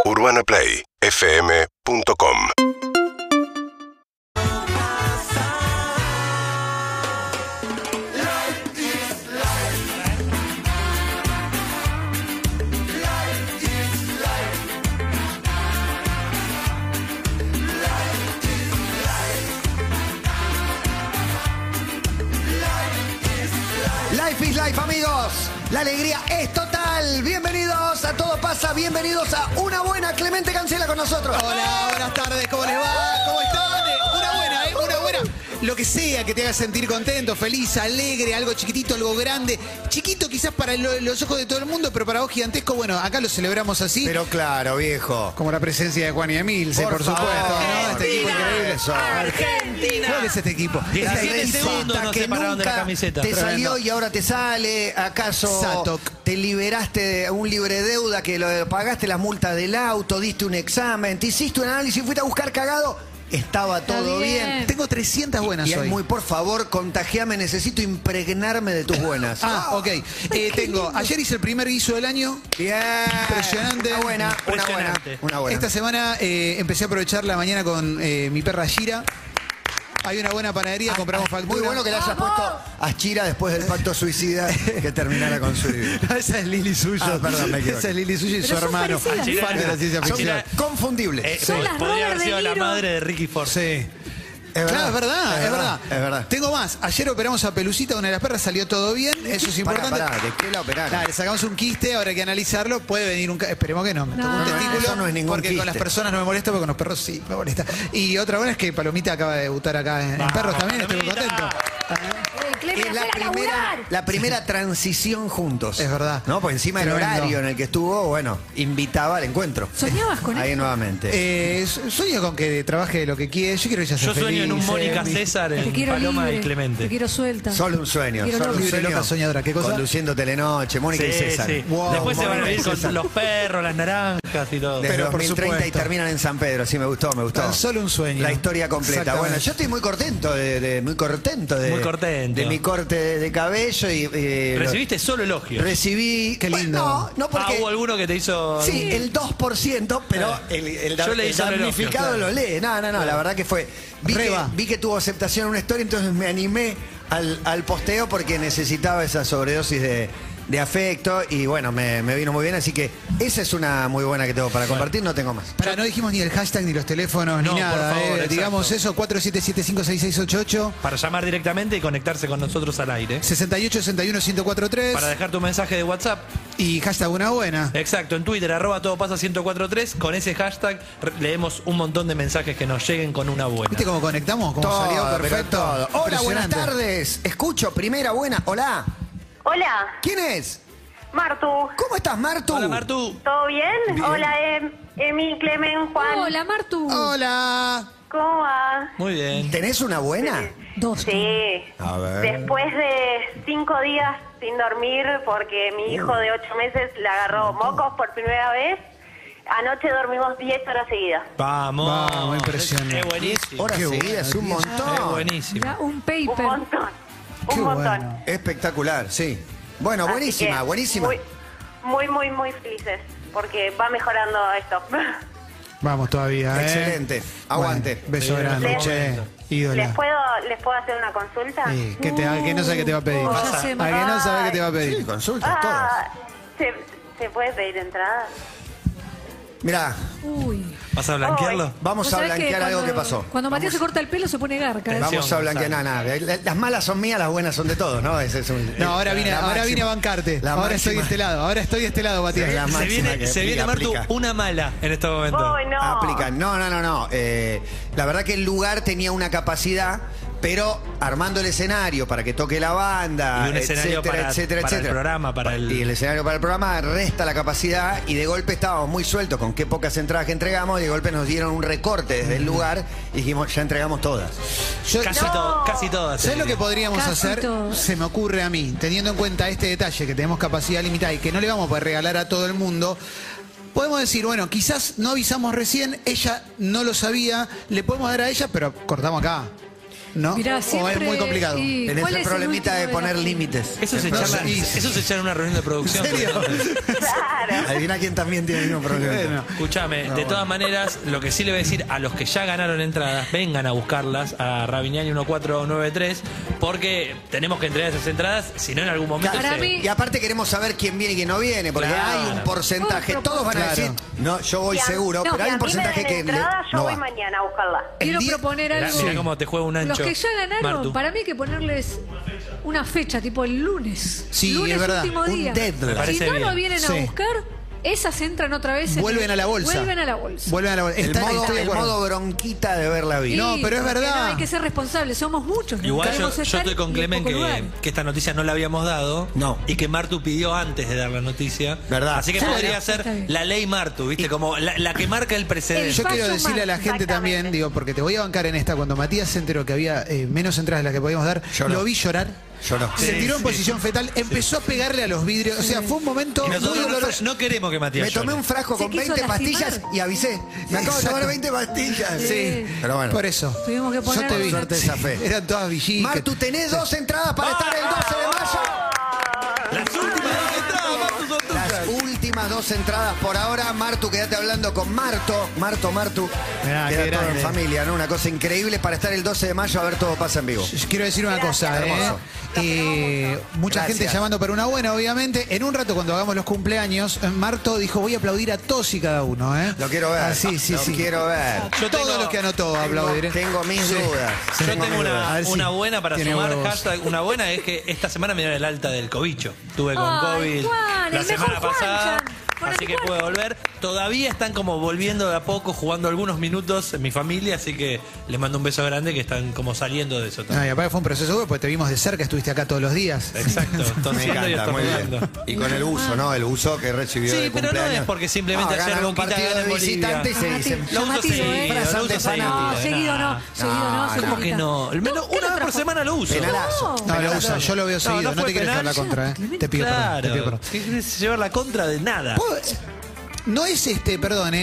UrbanaPlayFM.com. Life is life, amigos. La alegría es total. Bienvenidos a Todo Pasa. Bienvenidos a Una Buena. Clemente Cancela con nosotros. Hola, buenas tardes. ¿Cómo les va? ¿Cómo están? Una buena, ¿eh? Una buena. Lo que sea que te haga sentir contento, feliz, alegre, algo chiquitito, algo grande. Chiquito quizás para los ojos de todo el mundo, pero para vos gigantesco. Bueno, acá lo celebramos así. Pero claro, viejo. Como la presencia de Juan y Emilce, por supuesto, ¿no? Este equipo increíble. Argentina. ¿Cuál es este equipo? 17 segundos no que se pararon de la camiseta. Te salió y ahora te sale. ¿Acaso Satok. te liberaste de un libre deuda que lo pagaste las multas del auto, diste un examen, te hiciste un análisis, fuiste a buscar cagado? Estaba todo bien. Tengo 300 buenas Y hoy. es muy, por favor, contagiame, necesito impregnarme de tus buenas. Ok. Ayer hice el primer guiso del año. Bien. Impresionante. Una buena. Impresionante. Una buena. Esta semana empecé a aprovechar la mañana con mi perra Shira. Hay una buena panadería, compramos factura. Muy bueno que le hayas puesto a Shira después del pacto suicida que terminara con su vida. Esa es Lili Suyo. Perdón, me equivoqué. Esa es Lili Suyo y su Pero son hermano. parecidas. Fan de la ciencia Son ficción. confundibles. Son las Podría haber Robert sido De la Niro. madre de Ricky Ford. Sí. Es Claro, es verdad, es verdad. Es verdad. Tengo más. Ayer operamos a Pelucita, una de las perras, salió todo bien. Eso es importante. Pará, ¿de qué la operaron? Dale, sacamos un quiste, ahora hay que analizarlo. Puede venir esperemos que no. Me tocó un No, testículo. eso no es ningún porque con quiste. las personas no me molesta, pero con los perros sí me molesta. Y otra buena es que Palomita acaba de debutar acá en perros también. Estoy muy Palomita. contento. Clemente, Es hacer a laburar. la primera transición juntos. Es verdad. ¿No? Pues encima el Tremendo. horario en el que estuvo, bueno, invitaba al encuentro. ¿Soñabas con Ahí eso? nuevamente. Sueño con que trabaje lo que quiere. Yo quiero que ella sea Yo sueño en un feliz, Mónica mi- César, Te en quiero Paloma libre, y Clemente. te quiero suelta. Solo un sueño. Quiero Solo un libre, sueño. loca, soñadora. ¿Qué cosa? Conduciendo Telenoche, Mónica y César. Sí. Wow, Después se van a Mónica y vivir César. con los perros, las naranjas y todo. Desde Pero por 2030 y supuesto. terminan en San Pedro. Sí, me gustó. Tan solo un sueño. La historia completa. Exactamente. Bueno, yo estoy muy contento muy contento Muy contento. de mi corte de cabello y Recibiste solo elogios. recibí. Qué lindo. No porque ¿Hubo alguno que te hizo...? sí, el 2%, pero el Yo leí solo damnificado elogios, lo lee. No, la verdad que fue. Reba. Vi que tuvo aceptación en una historia, entonces me animé al posteo porque necesitaba esa sobredosis de afecto y bueno, me vino muy bien, así que esa es una muy buena que tengo para compartir, no tengo más. Pará, no dijimos ni el hashtag, ni los teléfonos, No, ni nada. por favor, exacto. Digamos eso, 47756688, Para llamar directamente y conectarse con nosotros al aire. 6861-1043 Para dejar tu mensaje de WhatsApp. y hashtag una buena. Exacto, en Twitter, @todopasa1043. Con ese hashtag leemos un montón de mensajes que nos lleguen con una buena. ¿Viste cómo conectamos? ¿Cómo Todo, salió? pero Perfecto. todo. Hola, buenas Impresionante. tardes. Escucho, primera buena. Hola. Hola, ¿Quién es? Martu. ¿Cómo estás, Martu? Hola, Martu. ¿Todo bien? Hola, Emi, Clemen, Juan. Hola, Martu. Hola. ¿Cómo va? Muy bien. ¿Tenés una buena? Dos. Sí. A ver. Después de 5 días sin dormir porque mi hijo de 8 meses le agarró mocos por primera vez, anoche dormimos 10 horas seguidas. Vamos. Vamos, impresionante. Es buenísimo. Horas Qué seguidas, bueno, un tío. montón. Es buenísimo. Mirá, un Un paper. montón. Qué Un montón. bueno. Espectacular, sí. Bueno, Así buenísima, que buenísima. Muy felices porque va mejorando esto. Vamos todavía, Excelente. Aguante. Bueno, beso Sí, grande, les- che. Ídola. ¿Les puedo hacer una consulta? Sí, que no sabe qué te va a pedir. Ya sé, A que no sabe qué te va a Sí, pedir. consultas todas. Ah, ¿se puede pedir entrada? Mirá, Uy. ¿Vas a blanquearlo? vamos Vos a sabés que blanquear algo que cuando- pasó. Cuando Matías se corta el pelo se pone garca. ¿eh? Vamos a blanquear nada. Las malas son mías, las buenas son de todos, ¿no? Ese es un, No, ahora vine la a máxima. bancarte. La Ahora estoy de máxima. este lado. Ahora estoy de este lado, Matías. Sí, la Se máxima viene, que se viene aplica, Martu, aplica. una mala en este momento. ¡Uy, no! Aplican. No. La verdad que el lugar tenía una capacidad, pero armando el escenario para que toque la banda, Y un escenario para el programa, para el- Y el escenario para el programa resta la capacidad y de golpe estábamos muy sueltos con qué pocas entradas que entregamos y de golpe nos dieron un recorte desde el lugar y dijimos, ya entregamos todas. Yo- Casi todas. ¿Sabes lo que podríamos Casi hacer? todo. Se me ocurre a mí, teniendo en cuenta este detalle, que tenemos capacidad limitada y que no le vamos a poder regalar a todo el mundo. Podemos decir, bueno, quizás no avisamos recién, ella no lo sabía, le podemos dar a ella, pero cortamos acá. ¿no? Mirá, O siempre, es muy complicado. y- Tenés ¿cuál el es problemita último de poner la- límites. Eso se charla en una reunión de producción. ¿En serio? Claro. Adivina quién también tiene el mismo problema. Bueno. Escúchame, de todas maneras, lo que sí le voy a decir a los que ya ganaron entradas, vengan a buscarlas a Rabiniani 1493, porque tenemos que entregar esas entradas, si no en algún momento Para se- mí- Y aparte queremos saber quién viene y quién no viene, porque Claro. hay un porcentaje. Bueno, Todos van a claro. decir, no, yo voy Si a- seguro, no, pero hay un Si a mí me porcentaje den que entrada, yo no voy va. mañana a buscarla. Quiero día- proponer Mirá, algo. mirá cómo te juega un ancho. Los que ya ganaron, Martu. para mí hay que ponerles una fecha, tipo el lunes. Sí, lunes es verdad. último Un día. deadline. Me parece Si no bien. lo vienen a Sí. buscar, esas entran otra vez. Vuelven a la bolsa. Vuelven a la bolsa. Vuelven a la bolsa. El modo, Estoy de el acuerdo. modo bronquita de ver la vida. No, pero es porque verdad. no, hay que ser responsables, somos muchos. ¿no? Igual yo Queremos estar estoy con y Clemen poco lugar. que esta noticia no la habíamos dado. No. Y que Martu pidió antes de dar la noticia. Verdad. Así que Claro, podría está ser bien. la ley Martu, ¿viste? Como la que marca el precedente. Yo quiero Fallo decirle a la más, gente también, exactamente. digo, porque te voy a bancar en esta, cuando Matías se enteró que había menos entradas de las que podíamos dar, Lloró. lo vi llorar. Lloró. Se Sí, tiró en sí. posición fetal, empezó a pegarle a los vidrios. O sea, fue un momento Y muy nosotros doloroso. no queremos que Matías Me tomé llore. un frasco Se con quiso 20 lastimar. pastillas y avisé. Me acabo de tomar Exacto. 20 pastillas. Sí. Pero bueno. Por eso. Tuvimos que poner- Yo te vi. Suerte esa fe. Eran todas villicas. Martu, tenés 2 entradas para estar el 12 de mayo. Las últimas dos entradas, Martu, son tuyas. Las últimas 2 entradas por ahora. Martu, quédate hablando con Martu. Mirá, Queda qué todo en grande. familia, ¿no? Una cosa increíble para estar el 12 de mayo a ver todo pasa en vivo. Yo quiero decir una cosa, Hermoso. mucha Gracias. gente llamando para una buena, obviamente. En un rato, cuando hagamos los cumpleaños, Marto dijo: voy a aplaudir a todos y cada uno, ¿eh? Lo quiero ver. Ah, sí, Lo quiero ver. Yo Todos tengo- los que anotó aplaudir. Tengo mis Sí. dudas. Yo tengo mis dudas. A ver si una buena para tiene sumar, huevos. hashtag una buena es que esta semana me dieron el alta del cobicho. Tuve con Ay, COVID Juan, la el semana mejor pasada, Juanchan. Con así el que Juan. puedo volver. Todavía están como volviendo de a poco, jugando algunos minutos en mi familia, así que les mando un beso grande que están como saliendo de eso No, también. y aparte fue un proceso duro, porque te vimos de cerca, estuviste acá todos los días. Exacto, Me tosiendo y encanta, muy estornudando. bien. Y con el uso, ¿no? El uso que recibió Sí, de pero no cumpleaños. es porque simplemente ayer ganan un Boquita partido gana de en Bolivia. visitante y se dicen... Lo uso Llamativo, seguido, ¿eh? lo uso Frazas de seguido. No, seguido no. Seguido no. no. se ¿Cómo que complica. no? Al menos No, ¿qué una lo vez por trajo? semana lo uso. Penalazo. No, lo usa, yo lo veo seguido, no, no fue te quieres penal. dar la contra, ¿eh? Te pido perdón, te pido Claro, perdón. ¿qué querés llevar la contra de nada? No es perdón,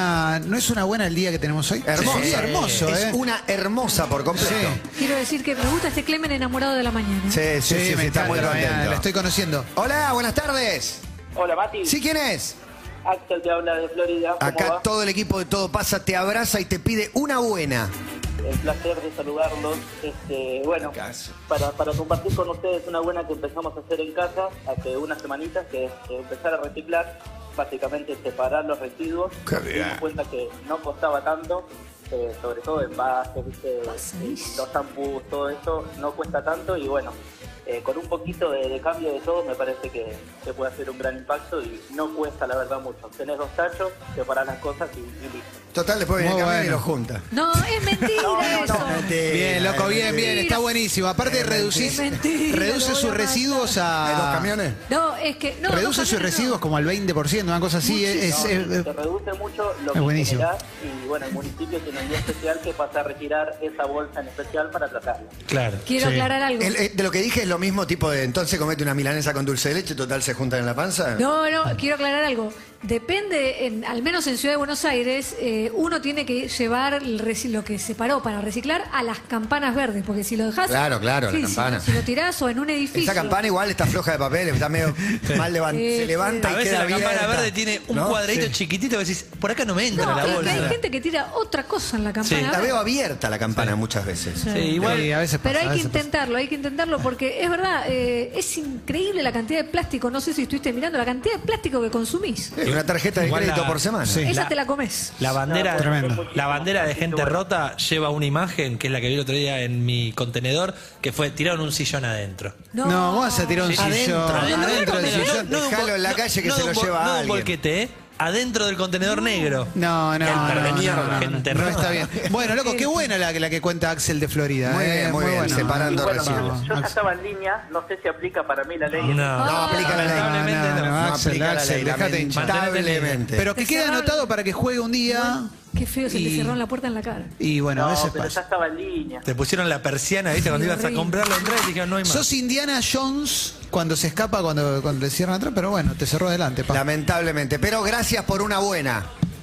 no es una buena el día que tenemos hoy. Hermoso. Es un día hermoso, Es una hermosa por completo. Sí. Quiero decir que me gusta este Clemen enamorado de la mañana. Sí, me está muy encanta, contento. la estoy conociendo. Hola, buenas tardes. Hola Mati, ¿Sí quién es? Axel te habla de Florida. ¿Cómo Acá va? todo el equipo de Todo Pasa te abraza y te pide una buena. El placer de saludarlos. Bueno, para compartir con ustedes una buena que empezamos a hacer en casa hace unas semanitas, que es empezar a reciclar, básicamente separar los residuos. Qué Nos bien. dimos cuenta que no costaba tanto, sobre todo envases, ¿viste? Los shampoos, todo eso no cuesta tanto y bueno, con un poquito de cambio de todo me parece que puede hacer un gran impacto y no cuesta la verdad mucho. Tenés 2 tachos, separás las cosas y listo. Total, después viene Muy el camión y bueno. lo junta. No, es mentira eso. Bien, loco, bien, bien, está buenísimo. Aparte Es reducís, mentira, reduce lo voy sus a residuos ¿Hay 2 a... camiones? No, es que. No, Reduce dos sus camiones residuos no. como al 20%, una cosa así. Se reduce mucho lo que buenísimo. generás y bueno, el municipio tiene un día especial que pasa a retirar esa bolsa en especial para tratarla. Claro. Quiero Sí. aclarar algo. De lo que dije es lo mismo tipo de entonces comete una milanesa con dulce de leche, total se juntan en la panza. No, quiero aclarar algo. Depende, al menos en Ciudad de Buenos Aires, uno tiene que llevar lo que separó para reciclar a las campanas verdes, porque si lo dejas... Claro, la campana. Si lo tirás o en un edificio... Esa campana igual está floja de papel, está medio mal levantada. Sí, Se levanta A y veces queda la campana abierta. verde tiene un ¿No? cuadradito Sí. chiquitito que decís, por acá no me entra No, la es que bolsa. hay gente que tira otra cosa en la campana Sí. La verde. veo abierta la campana muchas veces. Sí, igual. a veces pasa, Pero hay a que veces pasa. hay que intentarlo, porque es verdad, es increíble la cantidad de plástico, no sé si estuviste mirando, la cantidad de plástico que consumís. Y una tarjeta de Igual crédito la- por semana. Sí. Esa La- te la comes. La bandera, Tremendo. la bandera de gente rota lleva una imagen, que es la que vi el otro día en mi contenedor, que fue tiraron un sillón adentro. No, ¿cómo vas a tirar un Sí, sillón? Adentro del sillón. Dejalo en la calle que no se de lo un lleva no de un alguien. bolquete, ¿eh? Adentro del contenedor negro. No, Gente de mierda, gente no rara. está bien. Bueno, loco, qué buena la que cuenta Axel de Florida. Muy bien, muy bien, buena. separando Y bueno, residuos. yo ya estaba en línea, no sé si aplica para mí la ley. No. No aplica la ley. Lamentablemente no. No Axel, aplica la ley, Axel, dejate hinchar. lamentablemente. Pero que Te quede cerraron. anotado para que juegue un día. Qué feo, se te Y- cerraron la puerta en la cara. Y bueno, a No, veces pero ya pasa. estaba en línea. Te pusieron la persiana, ¿viste? Cuando ibas a horrible. comprar la entrada y dijeron, no hay más. Sos Indiana Jones cuando se escapa, cuando le cierran atrás, pero bueno, te cerró adelante, pa. Lamentablemente. Pero gracias por una buena.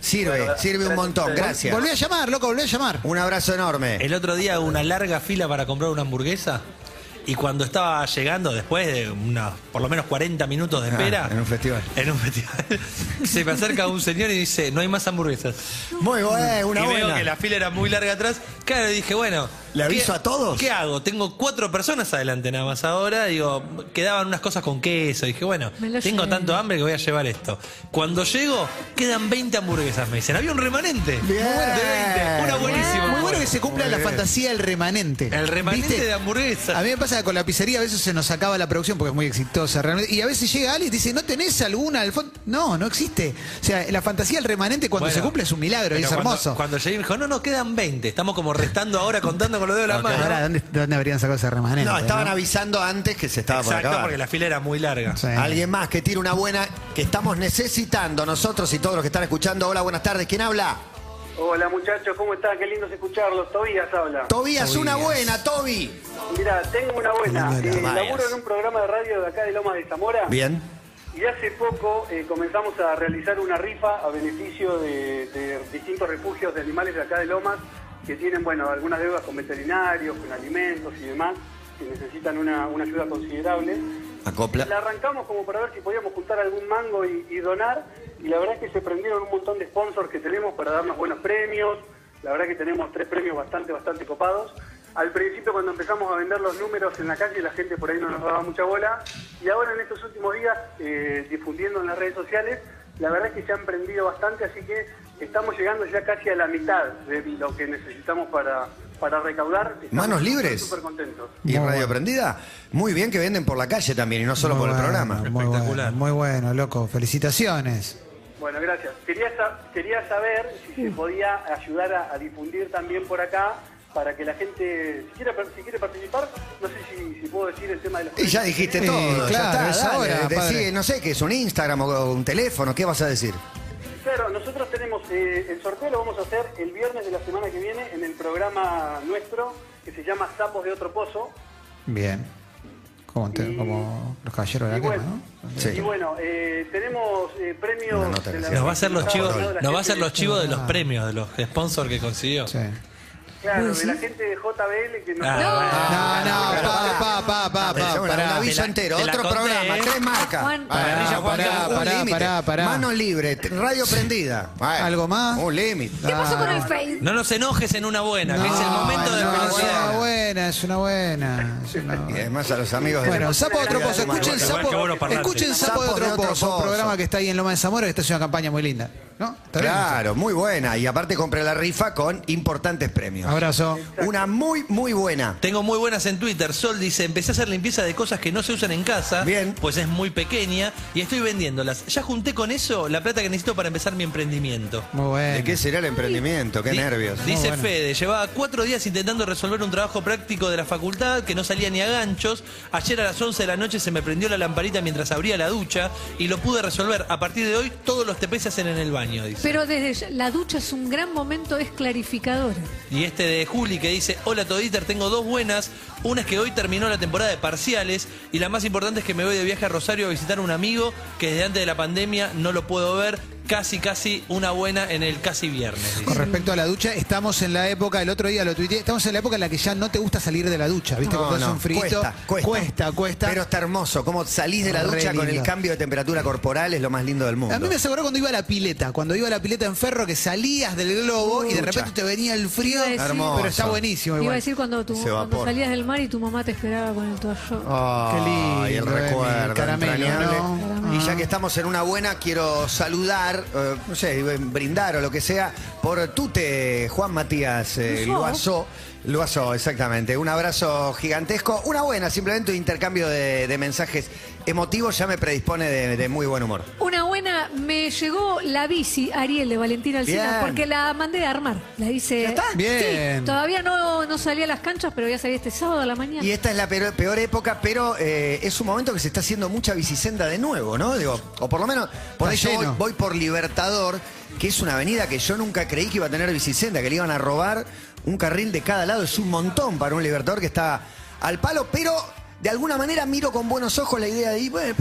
Sirve un montón, gracias. Volví a llamar, loco, volví a llamar. Un abrazo enorme. El otro día una larga fila para comprar una hamburguesa. Y cuando estaba llegando, después de por lo menos 40 minutos de espera. En un festival. Se me acerca un señor y dice, no hay más hamburguesas. Muy buena, una y buena. veo que la fila era muy larga atrás. Claro, y dije, bueno. ¿Le aviso a todos? ¿Qué hago? Tengo 4 personas adelante nada más ahora. Digo, quedaban unas cosas con queso. Dije, bueno, tengo tanto hambre que voy a llevar esto. Cuando llego, quedan 20 hamburguesas. Me dicen, había un remanente. Bien. De 20. Una buenísima. Muy bueno que se cumpla la fantasía del remanente. El remanente ¿Viste? de hamburguesas. A mí me pasa que con la pizzería a veces se nos acaba la producción porque es muy exitosa realmente. Y a veces llega alguien y dice, ¿no tenés alguna al fondo? No, no existe. O sea, la fantasía del remanente cuando se cumple es un milagro y es hermoso. Cuando llegué me dijo, no, quedan 20. Estamos como restando ahora, contando con los dedos de la mano. Ahora, ¿dónde habrían sacado ese remanente? No, estaban avisando antes que se estaba por Exacto, acabar. porque la fila era muy larga. Sí. Alguien más que tire una buena que estamos necesitando nosotros y todos los que están escuchando. Hola, buenas tardes. ¿Quién habla? Hola muchachos, ¿cómo están? Qué lindo es escucharlos. Tobías habla. Tobías, una buena, Toby. Mirá, tengo una buena. Vayas. Laburo en un programa de radio de acá de Lomas de Zamora. Bien. Y hace poco comenzamos a realizar una rifa a beneficio de distintos refugios de animales de acá de Lomas que tienen, bueno, algunas deudas con veterinarios, con alimentos y demás, que necesitan una ayuda considerable. Acopla. La arrancamos como para ver si podíamos juntar algún mango y donar, y la verdad es que se prendieron un montón de sponsors que tenemos para darnos buenos premios. La verdad que tenemos 3 premios bastante copados. Al principio, cuando empezamos a vender los números en la calle, la gente por ahí no nos daba mucha bola, y ahora en estos últimos días, difundiendo en las redes sociales, la verdad es que se han prendido bastante, así que estamos llegando ya casi a la mitad de lo que necesitamos para recaudar. Estamos ¿Manos libres? Súper contentos. ¿Y radio prendida? Muy bien que venden por la calle también y no solo por el programa. Muy Espectacular. bueno, muy bueno, loco. Felicitaciones. Bueno, gracias. Quería saber si se podía ayudar a difundir también por acá para que la gente, si quiere participar, no sé si puedo decir el tema de los... Y ya dijiste Sí, todo, claro, ya es está, dale, ahora, decí, padre. no sé, ¿qué es un Instagram o un teléfono? ¿Qué vas a decir? Claro, nosotros tenemos, el sorteo lo vamos a hacer el viernes de la semana que viene en el programa nuestro que se llama Sapos de Otro Pozo. Bien. Como los caballeros de la Y quema, bueno, ¿no? Sí. y bueno, tenemos Una premios... nota de que la- se Nos va a hacer los chivos, de la nos va a hacer gente- los chivos de los premios, de los sponsors que consiguió. Sí. Claro, de la gente de JBL que nos... Atención, un pará. aviso Te la entero, conté, otro programa, ¿eh? 3 marcas. Juan. Parrilla Juan Carlos. Un límite. Pará. Manos libres, radio prendida. Bueno, ¿Algo más? Un límite. ¿Qué pasó con el Face? No nos enojes en una buena, que es el momento de no, felicidad. es una buena. Y además a los amigos de... Bueno, Sapo de Otro Pozo, escuchen Igual que bueno parlante. escuchen Sapo de Sapos de Otro Otro Pozo, un Pozo. programa que está ahí en Loma de Zamora, que está haciendo una campaña muy linda. ¿No? ¿Está bien? Claro, muy buena. Y aparte compré la rifa con importantes premios. Abrazo. Una muy buena. Tengo muy buenas en Twitter. Sol dice, empecé a hacer limpieza de cosas que no se usan en casa. Bien. Pues es muy pequeña y estoy vendiéndolas. Ya junté con eso la plata que necesito para empezar mi emprendimiento. Muy bueno. ¿De qué será el emprendimiento? Qué Di- nervios. Dice bueno. Fede, llevaba 4 días intentando resolver un trabajo práctico de la facultad que no salía ni a ganchos. Ayer a las 11 de la noche se me prendió la lamparita mientras abría la ducha y lo pude resolver. A partir de hoy todos los TP se hacen en el baño, dice. Pero desde ya, la ducha es un gran momento, es clarificadora. Y este de Juli que dice, hola Toditer, tengo 2 buenas. Una es que hoy terminó la temporada de parciales y la más importante es que me voy de viaje a Rosario a visitar a un amigo que desde antes de la pandemia no lo puedo ver. Casi una buena en el casi viernes, dice. Con respecto a la ducha, estamos en la época, el otro día lo tuiteé, estamos en la época en la que ya no te gusta salir de la ducha, ¿viste? Cuando hace un frito, cuesta. Pero está hermoso. Cómo salís de la Re ducha con el lindo. cambio de temperatura corporal es lo más lindo del mundo. A mí me aseguró cuando iba a la pileta en Ferro, que salías del globo y de Ducha. repente te venía el frío, Iba a decir- Hermoso. pero está buenísimo Iba a igual. decir cuando Ese cuando vapor. salías del mar y tu mamá te esperaba con el toallón. Qué lindo, Ay, el recuerdo el caramelo, entrañable. ¿no? Y ya que estamos en una buena, quiero saludar, no sé, brindar o lo que sea, por Tute, Juan Matías Luazó, exactamente. Un abrazo gigantesco. Una buena, simplemente un intercambio de mensajes emotivos ya me predispone de muy buen humor. Una buena, me llegó la bici, Ariel, de Valentina Alsina, Bien. porque la mandé a armar. La hice. ¿Ya está? Bien. Sí, todavía no salí a las canchas, pero ya salí este sábado a la mañana. Y esta es la peor época, pero es un momento que se está haciendo mucha bicisenda de nuevo, ¿no? Digo, o por lo menos, por Está eso lleno. voy por Libertador, que es una avenida que yo nunca creí que iba a tener bicisenda, que le iban a robar un carril de cada lado. Es un montón para un Libertador que está al palo, pero de alguna manera miro con buenos ojos la idea de ir, bueno, pero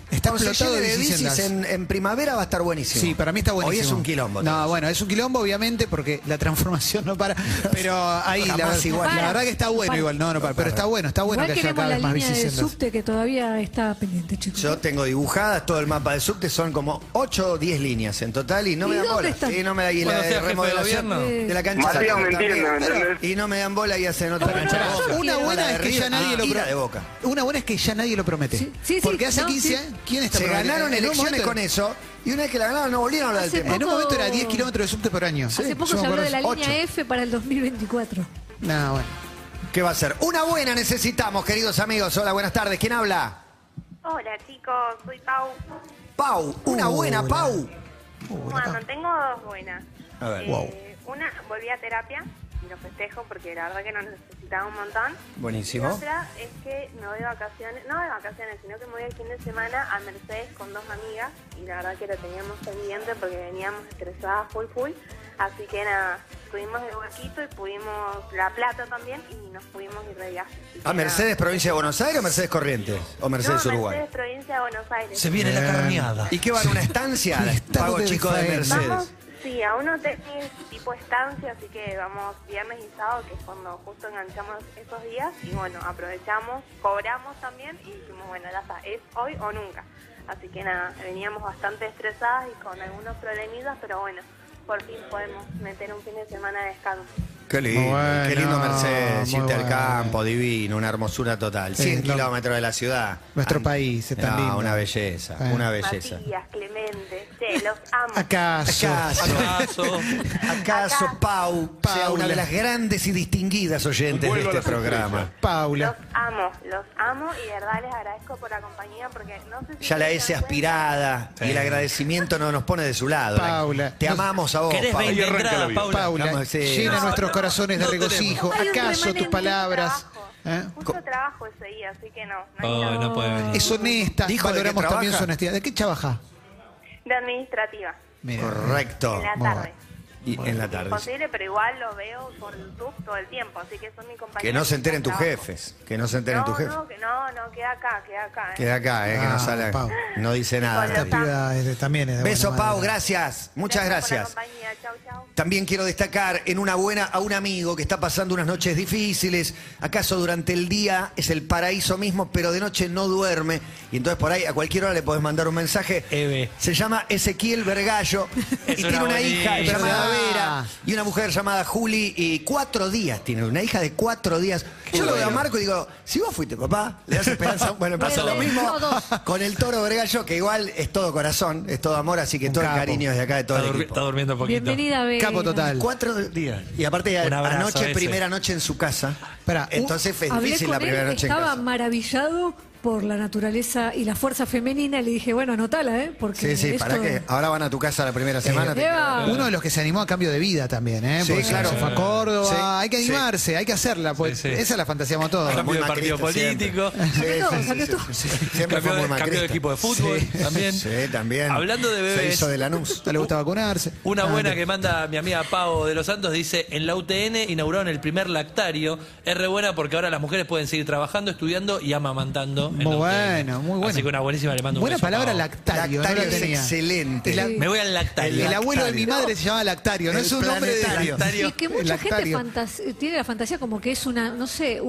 Está Cuando se explotado llene de de bicis bicicletas. en primavera va a estar buenísimo. Sí, para mí está buenísimo. Hoy es un quilombo. No, bueno, es un quilombo obviamente porque la transformación no para. Pero ahí Jamás igual. la verdad que está bueno igual. No para. Pero está bueno Igual que haya queremos cada la vez más línea de bicicletas. subte que todavía está pendiente, chicos. Yo tengo dibujadas todo el mapa de subte, son como 8 o 10 líneas en total y no ¿Y me dan dónde bola. están? Sí, no me da y Cuando la sea jefe de remodelación gobierno. de la cancha. Matías, también. me entienden, ¿me entendés? Y no me dan bola y hacen otra Bueno, cancha. yo Una quiero. buena La de es que ya River, nadie lo y la pro- de Boca. Una buena es que ya nadie lo promete. Sí, sí, Porque hace no, 15 sí. años, ¿quién está Se prometiendo? ganaron En un elecciones momento- con eso y una vez que la ganaron no volvieron a hablar del Hace tema. En un momento era 10 kilómetros de subte por año. Hace poco Yo se me habló de la acuerdo. línea 8. F para el 2024. No, bueno. ¿Qué va a ser? Una buena necesitamos, queridos amigos. Hola, buenas tardes. ¿Quién habla? Hola chicos, soy Pau. Pau. Una buena, Pau. Bueno, tengo dos buenas. A ver. Una, volví a terapia y lo festejo porque la verdad que lo necesitaba un montón. Y Buenísimo. otra es que me voy de vacaciones, no de vacaciones, sino que me voy el fin de semana a Mercedes con dos amigas y la verdad que lo teníamos pendiente porque veníamos estresadas full. Así que nada, tuvimos el huequito y pudimos La Plata también y nos pudimos ir de viaje. Así que ¿A Mercedes, provincia de Buenos Aires o Mercedes Corrientes? ¿O nada. Mercedes No, Uruguay? Mercedes, provincia de Buenos Aires. Se viene la carneada. ¿Y qué van a una estancia? Pago tarde de chico de faena. Mercedes. Vamos, sí, a un hotel tipo estancia, así que vamos viernes y sábado, que es cuando justo enganchamos esos días. Y bueno, aprovechamos, cobramos también y dijimos, bueno, ya está, es hoy o nunca. Así que nada, veníamos bastante estresadas y con algunos problemillas, pero bueno, por fin podemos meter un fin de semana de descanso. Qué lindo, Muy bueno, qué lindo Mercedes, muy irte al bueno. campo, divino, una hermosura total. 100 lo- kilómetros de la ciudad. Nuestro país es tan lindo. Una belleza, Eh. una belleza. Matías, Clemente, che, los amo. ¿Acaso? ¿Acaso? ¿Acaso Pau sea Paula. una de las grandes y distinguidas oyentes de este programa? Paula. Los amo y de verdad les agradezco por la compañía porque no sé si Ya la se S dan aspirada y el agradecimiento no nos pone de su lado. Paula. Te amamos a vos, ¿Querés Paula. 20 entradas, Paula? Paula, Vamos, sí. llena No, nuestros no, corazones de no regocijo. tenemos. Hay un ¿Acaso tus remanente palabras? Mucho ¿Eh? trabajo ese día, así que no. Oh, no puede venir. Es honesta. Dijo de Valoramos que también trabaja. su honestidad. ¿De qué trabaja? De administrativa, Mira. Correcto. en la Muy tarde. Y en la tarde. Imposible, pero igual lo veo por YouTube todo el tiempo, así que son mi compañía. Que no se enteren tus jefes. Que no se enteren tus jefes. No, que no, queda acá. Queda acá, que no Ah, sale. Pau. No dice nada. Esta Esta piba también es de Beso, buena Pau, madre. gracias. Muchas gracias. Por la compañía. Chau. También quiero destacar en una buena a un amigo que está pasando unas noches difíciles. ¿Acaso durante el día es el paraíso mismo, pero de noche no duerme? Y entonces por ahí a cualquier hora le podés mandar un mensaje. Eve. Se llama Ezequiel Vergallo y Es tiene una una hija bonita. llamada ¿Verdad? Vera y una mujer llamada Juli y 4 días. Tiene una hija de 4 días. Yo lo veo a Marco y digo, si vos fuiste papá, le das esperanza. Bueno, pasa Bueno, lo mismo no, dos. con el Toro Vergallo, que igual es todo corazón, es todo amor, así que Un todo el capo. cariño desde acá de todo Está, el durmi- equipo. está durmiendo poquito. Bienvenida, Vera. Capo total. 4 días. Y aparte Un abrazo anoche, ese. primera noche en su casa. Pará, Entonces fue Hablé difícil con la primera él, noche en estaba casa. maravillado por la naturaleza y la fuerza femenina. Le dije, bueno, anotala, ¿eh? Porque Sí, esto- para que ahora van a tu casa la primera semana. te- Eva. Uno de los que se animó a cambio de vida también, ¿eh? Sí, Porque claro. se fue a Córdoba. Sí, Hay que sí. animarse, hay que hacerla. Pues Sí, sí. esa es la fantasía motor. Cambio de Muy partido macrista político. Cambió todo, cambió todo. Siempre fue muy Cambio macrista. de equipo de fútbol también. Sí, también. Hablando de Se bebés. hizo de Lanús. No le gusta vacunarse. Una Ah, buena te- que manda mi amiga Pau de los Santos dice, en la UTN inauguraron el primer lactario. Es re buena porque ahora las mujeres pueden seguir trabajando, estudiando y amamantando. en Muy la UTN. bueno, muy bueno. Así que una buenísima, le mando un Buena beso a palabra, Pau. lactario. Lactario no la es tenía. excelente. El- Me voy al lactario. El abuelo de mi Lactario. madre se llama Lactario, no El es un nombre de planetario. Lactario. Y que El mucha gente lactario. tiene la fantasía como que es una, no sé,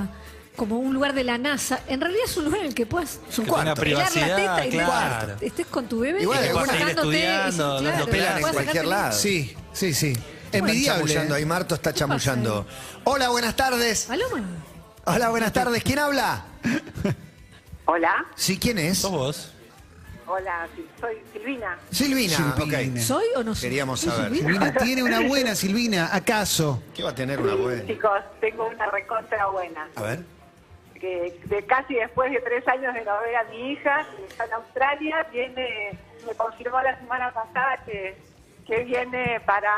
como un lugar de la NASA. En realidad es un lugar en el que puedas Es un Que tenga cuarto. pelar la privacidad, teta y claro. estés con tu bebé. Igual, y que puedas seguir sacándote, estudiando, y sí, dando claro, Pelan en puedas cualquier sacarte- lado. Sí, sí, sí. Están Envidiable. chamullando ahí, Marto está chamullando. Hola, buenas tardes. Paloma. Hola, buenas tardes. ¿Quién habla? Hola, Sí, ¿quién es? ¿Sos vos? hola, soy Silvina. Silvina. Silvina. ok. ¿Soy o no soy? Queríamos ¿Soy saber. Silvina? Silvina, tiene una buena Silvina, ¿acaso? ¿Qué va a tener una buena? Chicos, tengo una recontra buena. A ver. Que de casi después de 3 años de no ver a mi hija, que está en Australia, me confirmó la semana pasada que viene para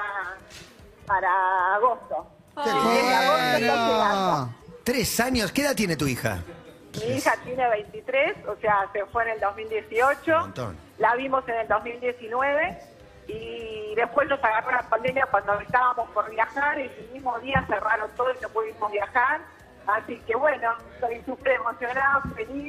agosto. Qué Y en agosto está llegando. Bueno. 3 años. ¿Qué edad tiene tu hija? Mi hija tiene 23, o sea, se fue en el 2018. Un montón. La vimos en el 2019 y después nos agarró la pandemia cuando estábamos por viajar. El mismo día cerraron todo y no pudimos viajar. Así que bueno, estoy súper emocionada, feliz.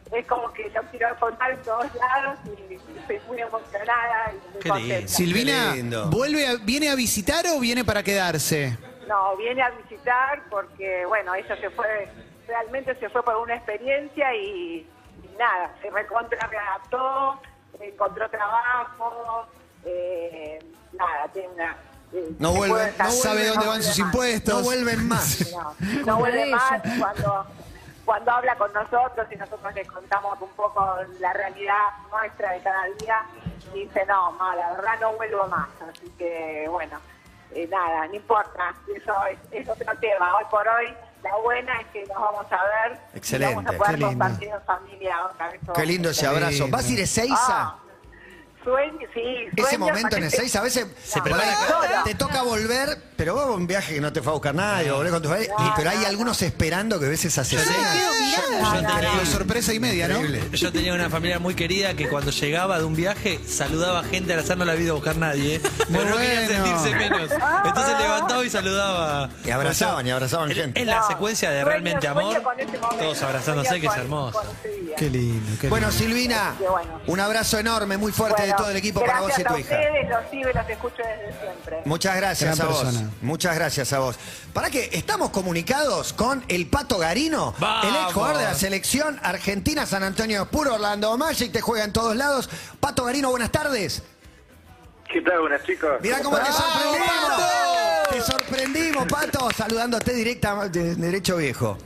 es como que lo quiero contar en todos lados y estoy muy emocionada y muy Qué contenta. lindo. Silvina, Qué lindo. ¿viene a visitar o viene para quedarse? No, viene a visitar porque, bueno, ella realmente se fue por una experiencia y nada, se recontra readaptó, encontró trabajo, nada, tiene una... No se vuelve, puede estar- no ¿Sabe dónde van sus más. impuestos? No vuelven más. No vuelve más Maravilla. cuando habla con nosotros y nosotros le contamos un poco la realidad nuestra de cada día, dice, no, la verdad no vuelvo más. Así que, bueno, nada, no importa, eso es otro tema. Hoy por hoy, la buena es que nos vamos a ver. Excelente, y vamos a poder qué lindo. compartir en familia otra vez. Qué lindo ese abrazo. ¿Vas a ir a Ezeiza? Sueño, sí. Ese sueño, momento en parece- Ezeiza, a veces No, por ahí sola. te toca volver, pero vos un viaje que no te fue a buscar nadie, volvés con tus padres, pero hay algunos esperando que ves esas escenas. Pero sorpresa y media, ¿no? Increíble. Yo tenía una familia muy querida que cuando llegaba de un viaje saludaba a gente al azar, no la había ido a buscar nadie, pero no quería bueno. sentirse menos. Entonces levantaba y saludaba. Y abrazaban gente. Es la No, secuencia de sueño- realmente sueño amor, con ese momento, todos abrazándose, sueño que es con- hermoso. con ese día. Qué lindo, qué Bueno, lindo. Silvina, Qué bueno. un abrazo enorme, muy fuerte de Bueno, todo el equipo para vos y gracias tu a hija. ustedes, los sigo y los escucho desde siempre. Muchas gracias Gran a vos. persona. Muchas gracias a vos. ¿Para qué? Estamos comunicados con el Pato Garino, ¡Vamos! el ex jugador de la selección argentina San Antonio Spurs, Orlando Magic, te juega en todos lados. Pato Garino, buenas tardes. ¿Qué tal, buenas chicos? Mirá cómo te ¡Vamos, sorprendimos. Pato! Te sorprendimos, Pato, saludándote directa de derecho viejo.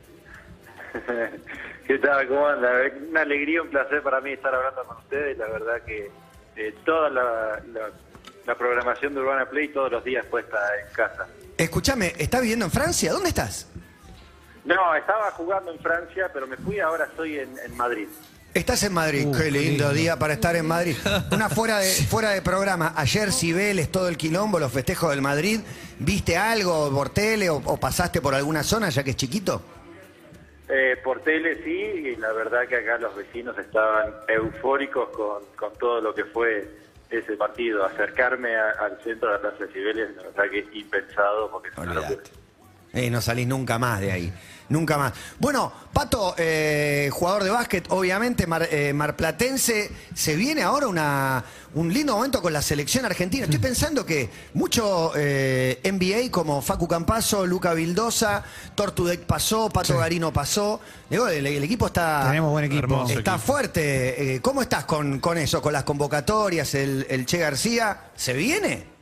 ¿Qué tal? ¿Cómo anda? Una alegría, un placer para mí estar hablando con ustedes. La verdad que toda la programación de Urbana Play todos los días puesta en casa. Escúchame, ¿estás viviendo en Francia? ¿Dónde estás? No, estaba jugando en Francia, pero me fui, ahora estoy en Madrid. Estás en Madrid, qué lindo día para estar en Madrid. Una fuera de programa. Ayer Cibeles, todo el quilombo, los festejos del Madrid. ¿Viste algo por tele o pasaste por alguna zona ya que es chiquito? Por tele sí, y la verdad que acá los vecinos estaban eufóricos con todo lo que fue ese partido. Acercarme al centro de la Plaza de Cibeles, la verdad que es impensado porque es una locura. Olvídate. No salís nunca más de ahí. Nunca más. Bueno, Pato, jugador de básquet, obviamente, marplatense. Se viene ahora un lindo momento con la selección argentina. Estoy pensando que mucho NBA como Facu Campazzo, Luca Vildosa, Tortudec pasó, Pato Garino pasó. Digo, el equipo está... Tenemos buen equipo. Hermoso. Está equipo. fuerte. ¿Cómo estás con eso? ¿Con las convocatorias? ¿El Che García? ¿Se viene?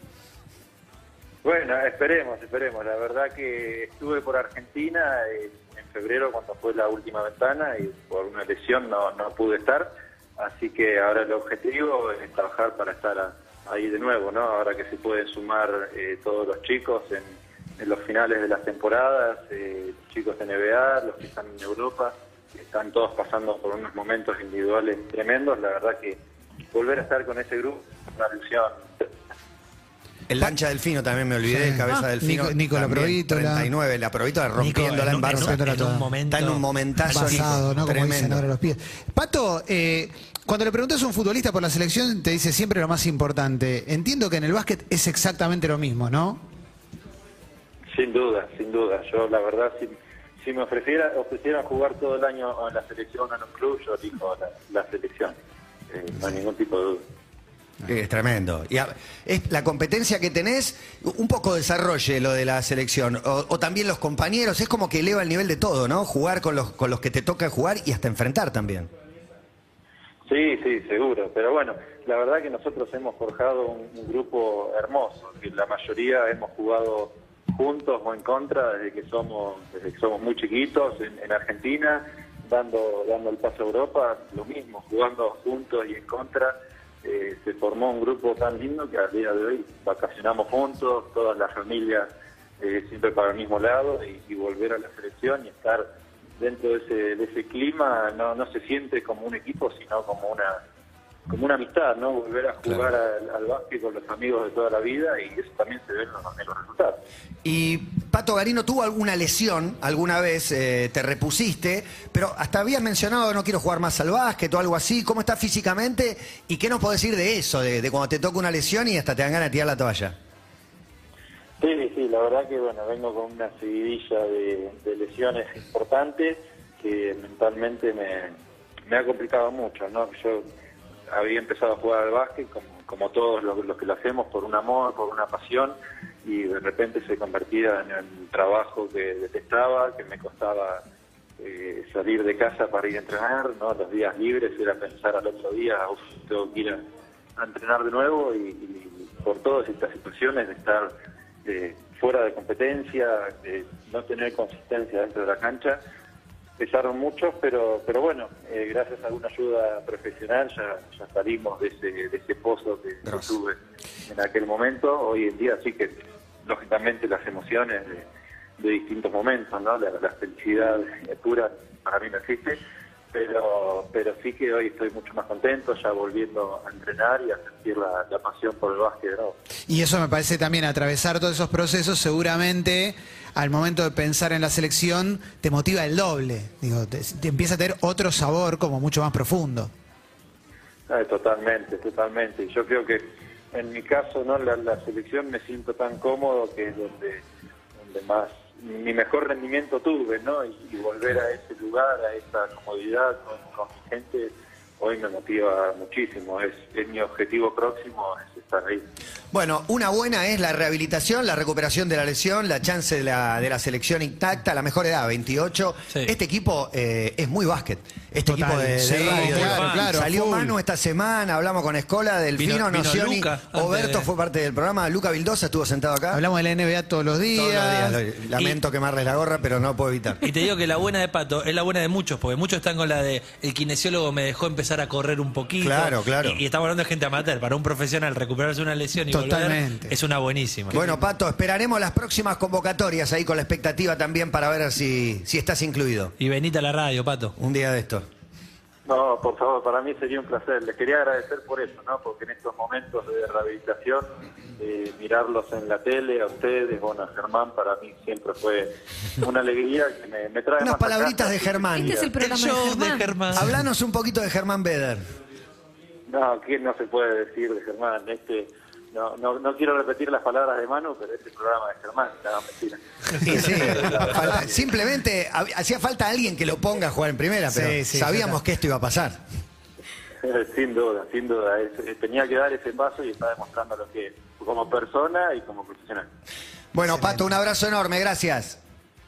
Bueno, esperemos. La verdad que estuve por Argentina en febrero cuando fue la última ventana y por una lesión no pude estar. Así que ahora el objetivo es trabajar para estar ahí de nuevo, ¿no? Ahora que se pueden sumar todos los chicos en los finales de las temporadas, los chicos de NBA, los que están en Europa, que están todos pasando por unos momentos individuales tremendos. La verdad que volver a estar con ese grupo es una ilusión. El Lancha Delfino también me olvidé, Sí. Cabeza Delfino. Nico La también, Provítola. 39, La Provítola rompiéndola en Barça. Está en un momentazo Pasado, ¿no? Como dicen tremendo. ahora los pies. Pato, cuando le preguntas a un futbolista por la selección, te dice siempre lo más importante. Entiendo que en el básquet es exactamente lo mismo, ¿no? Sin duda. Yo, la verdad, si me ofrecieran jugar todo el año en la selección o en un club, yo elijo la selección. No hay ningún tipo de duda. Es tremendo. Y es la competencia que tenés, un poco desarrolle lo de la selección. O también los compañeros, es como que eleva el nivel de todo, ¿no? Jugar con los que te toca jugar y hasta enfrentar también. Sí, seguro. Pero bueno, la verdad que nosotros hemos forjado un grupo hermoso, que la mayoría hemos jugado juntos o en contra desde que somos muy chiquitos en Argentina, dando el paso a Europa, lo mismo, jugando juntos y en contra. Se formó un grupo tan lindo que al día de hoy vacacionamos juntos, todas las familias siempre para el mismo lado, y volver a la selección y estar dentro de ese clima no se siente como un equipo, sino como una amistad, ¿no? Volver a jugar al básquet con los amigos de toda la vida, y eso también se ve en los resultados. Y Pato Garino tuvo alguna lesión, alguna vez te repusiste, pero hasta habías mencionado no quiero jugar más al básquet o algo así. ¿Cómo estás físicamente? ¿Y qué nos podés decir de eso, de cuando te toca una lesión y hasta te dan ganas de tirar la toalla? Sí, la verdad que bueno, vengo con una seguidilla de lesiones importantes que mentalmente me ha complicado mucho, ¿no? Yo había empezado a jugar al básquet como todos los que lo hacemos, por un amor, por una pasión, y de repente se convertía en un trabajo que detestaba, que me costaba salir de casa para ir a entrenar, ¿no? Los días libres era pensar al otro día, tengo que ir a entrenar de nuevo, y por todas estas situaciones de estar fuera de competencia, de no tener consistencia dentro de la cancha, pesaron mucho, pero bueno, gracias a una ayuda profesional ya salimos de ese pozo que tuve en aquel momento. Hoy en día sí que, lógicamente, las emociones de distintos momentos, ¿no? La felicidad pura para mí no existe, pero sí que hoy estoy mucho más contento, ya volviendo a entrenar y a sentir la pasión por el básquet de nuevo. Y eso me parece también, atravesar todos esos procesos, seguramente al momento de pensar en la selección te motiva el doble. Digo, te empieza a tener otro sabor como mucho más profundo. Totalmente. Y yo creo que en mi caso, ¿no? La selección me siento tan cómodo que es donde más mi mejor rendimiento tuve, ¿no? Y volver a ese lugar, a esa comodidad con mi gente, hoy me motiva muchísimo. Es mi objetivo próximo, es estar ahí. Bueno, una buena es la rehabilitación, la recuperación de la lesión, la chance de la selección intacta, la mejor edad, 28. Sí. Este equipo es muy básquet. Este Total, equipo de sí, radio. claro, Salió Manu esta semana, hablamos con Escola, Delfino, Nocioni, Oberto fue parte del programa, Luca Vildosa estuvo sentado acá. Hablamos de la NBA todos los días. Lamento quemarles la gorra, pero no puedo evitar. Y te digo que la buena de Pato es la buena de muchos, porque muchos están con la de el kinesiólogo me dejó empezar a correr un poquito. Claro. Y estamos hablando de gente amateur. Para un profesional recuperarse una lesión y volver es una buenísima. Bueno, Pato, esperaremos las próximas convocatorias ahí con la expectativa también para ver si estás incluido. Y venite a la radio, Pato. Un día de esto. No, por favor, para mí sería un placer. Les quería agradecer por eso, ¿no? Porque en estos momentos de rehabilitación, mirarlos en la tele, a ustedes, bueno, a Germán, para mí siempre fue una alegría que me trae unas más palabritas acá. de Germán. Este es el programa de Germán. Hablanos un poquito de Germán Beder. No, ¿qué no se puede decir de Germán? No quiero repetir las palabras de Manu, pero este programa de Germán, no, mentira. Sí, simplemente hacía falta alguien que lo ponga a jugar en primera, pero sabíamos que esto iba a pasar. Sin duda. Tenía que dar ese paso y está demostrando lo que es, como persona y como profesional. Bueno, Pato, un abrazo enorme, gracias.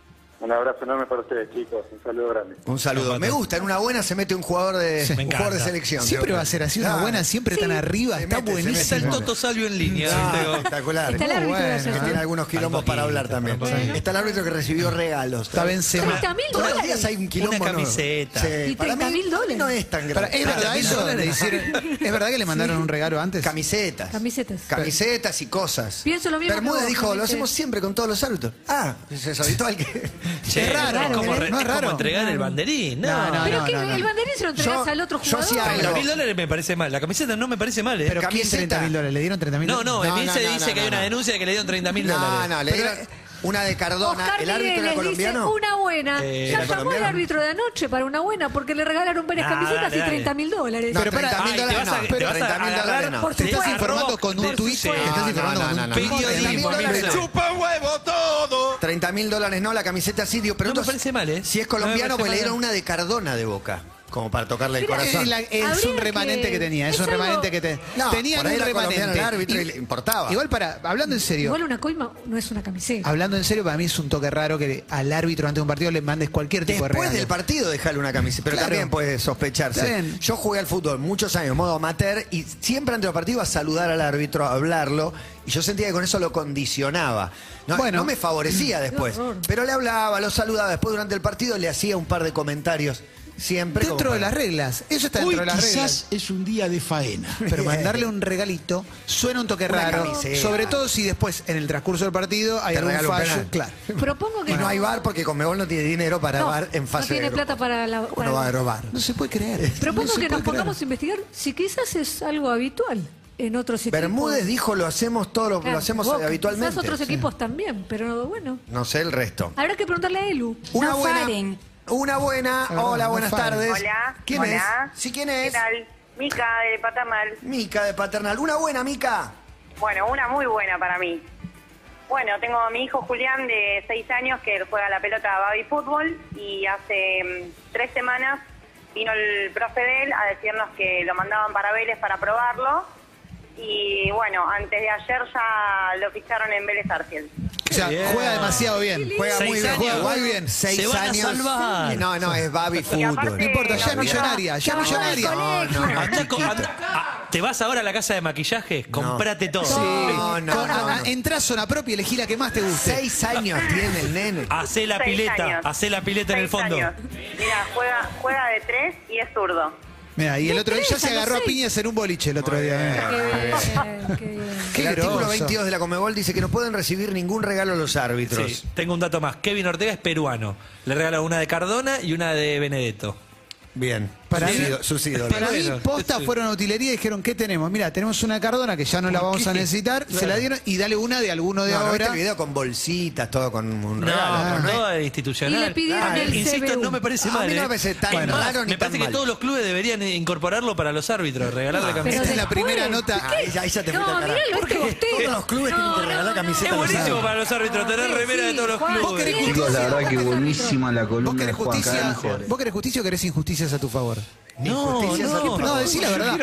Un abrazo enorme para ustedes, chicos. Un saludo grande. Un saludo. Me gusta, en una buena se mete un jugador de selección. Siempre va a ser así, una buena, siempre tan arriba, está buenísimo. Está el Toto Salvio en línea. Espectacular. Está el árbitro de Que tiene algunos quilombos para hablar también. Está el árbitro que recibió regalos. Está Benzema. $30.000. Todos los días hay un quilombo. Una camiseta. Sí, Y para mí $30.000. no es tan grave. ¿Es verdad eso? ¿Es verdad que le mandaron un regalo antes? Camisetas. Camisetas y cosas. Pienso lo mismo. Bermúdez que vos, dijo, lo Felipe. hacemos siempre con todos los árbitros. Es habitual que... Che, Es raro. Es como, ¿no es raro? como entregar el banderín. No. Pero que el banderín se lo entregás al otro yo jugador. hacía algo. $30.000 me parece mal. La camiseta no me parece mal, ¿eh? ¿Pero quién Camiseta. $30.000? ¿Le dieron $30.000? No, Emilce dice que hay una denuncia de que le dieron $30.000. No, le dieron una de Cardona. Oscar ¿El árbitro era Migueles colombiano? dice una buena. ¿era Ya llamó el colombiano? árbitro de anoche para una buena porque le regalaron varias camisetas dale. y $30.000. No, Pero para- $30.000 Ay, te vas a- no. te Pero vas a $30.000 agarrar no. por ¿Te estás supuesto. informando con un tuit? Sí. ¿Te estás informando con un tuit? Periodismo, $30.000 ¡chupa huevo todo! $30.000 no, la camiseta sí, digo, pero No me entonces, parece mal, ¿eh? si es No me colombiano, parece pues le mal. dieron una de Cardona de Boca, como para tocarle el corazón. Es Habría un remanente que tenía, es es un algo- remanente que te... No, tenían por ahí un era colombiano remanente. el árbitro y le importaba. Igual hablando en serio, Igual una coima no es una camiseta. hablando en serio, para mí es un toque raro que al árbitro antes de un partido le mandes cualquier tipo de Después regalo. del partido dejarle una camiseta, pero Claro. también puede sospecharse. Está bien. Yo jugué al fútbol muchos años, modo amateur, y siempre antes del partido iba a saludar al árbitro, a hablarlo, y yo sentía que con eso lo condicionaba. No me favorecía después, horror. pero le hablaba, lo saludaba, después durante el partido le hacía un par de comentarios, siempre. Dentro como de para- las reglas, eso está Hoy dentro de las reglas. quizás es un día de faena. Pero mandarle un regalito suena un toque Una raro, camiseta. sobre todo si después en el transcurso del partido hay Te algún regalo un fallo. penal. Claro. Propongo que Y no hay VAR porque Conmebol no tiene dinero para VAR en fase no tiene de grupo. plata para la. Uno va a robar. No se puede creer. Propongo No se que nos puede creer. pongamos a investigar si quizás es algo habitual en otros equipos. Bermúdez dijo, lo hacemos todo, Claro, lo hacemos Boca, habitualmente. Quizás otros equipos también, pero bueno. No sé el resto. Habrá que preguntarle a Elu. Una No buena. paren. Una buena. Hola, no buenas paren. tardes. Hola. ¿Quién Hola. es? Sí, ¿quién ¿Qué es? tal? Mica de Patamal. Mica de Paternal. Una buena, Mica. Bueno, una muy buena para mí. Bueno, tengo a mi hijo Julián de 6 años que juega la pelota baby fútbol y hace 3 semanas vino el profe de él a decirnos que lo mandaban para Vélez para probarlo. Y bueno, antes de ayer ya lo ficharon en Vélez Arfield. O sea, Bien. juega demasiado bien. Juega muy 6 bien, años. juega muy bien. Se 6 van a años. salvar. No, es baby Y aparte, fútbol. No importa, ya es nosotros- millonaria, ya es Trabajó en el millonaria. colegio. ¿Te vas ahora a la casa de maquillaje? Comprate todo. Sí. No. Entrás zona propia y elegí la que más te guste. 6 años tiene el nene. Hacé la 6 pileta, años. hacé la pileta en el 6 fondo. años. Mira, juega de 3 y es zurdo. Mira, y el otro día ya se a los agarró a 6. piñas en un boliche el otro día. Qué bien, qué bien. Qué El artículo groso. 22 de la Conmebol dice que no pueden recibir ningún regalo los árbitros. Sí, tengo un dato más. Kevin Ortega es peruano. Le regala una de Cardona y una de Benedetto. Bien. Para sus mí- ídolos, sus ídolos. Para mí, Bueno, posta sí. fueron a utilería y dijeron, ¿qué tenemos? Mira, tenemos una Cardona que ya no la vamos a necesitar, se la dieron y dale una de alguno de No, ¿no viste ahora. el video con bolsitas, todo con un No, regalo? no, todo es institucional. Y le pidieron el Insisto, CBU. no me parece A mal. mí no ¿eh? me parece tan Es más, raro ni me tan parece que mal. todos los clubes deberían incorporarlo para los árbitros, regalarle Pero camisetas. Esta es la después, primera nota. ¿qué? Ahí ya te No, fuiste al mirá carajo. lo este bostero. Todos los clubes tienen que regalar camisetas. Es a los buenísimo árbitros. para los árbitros tener Sí, remera de todos los Juan, ¿Vos querés clubes. bien. Chicos, la verdad que buenísima la ¿Vos columna de querés Juan, justicia? cada vez mejor. ¿Vos querés justicia o querés injusticias a tu favor? Injusticias a tu favor. No, decí la verdad.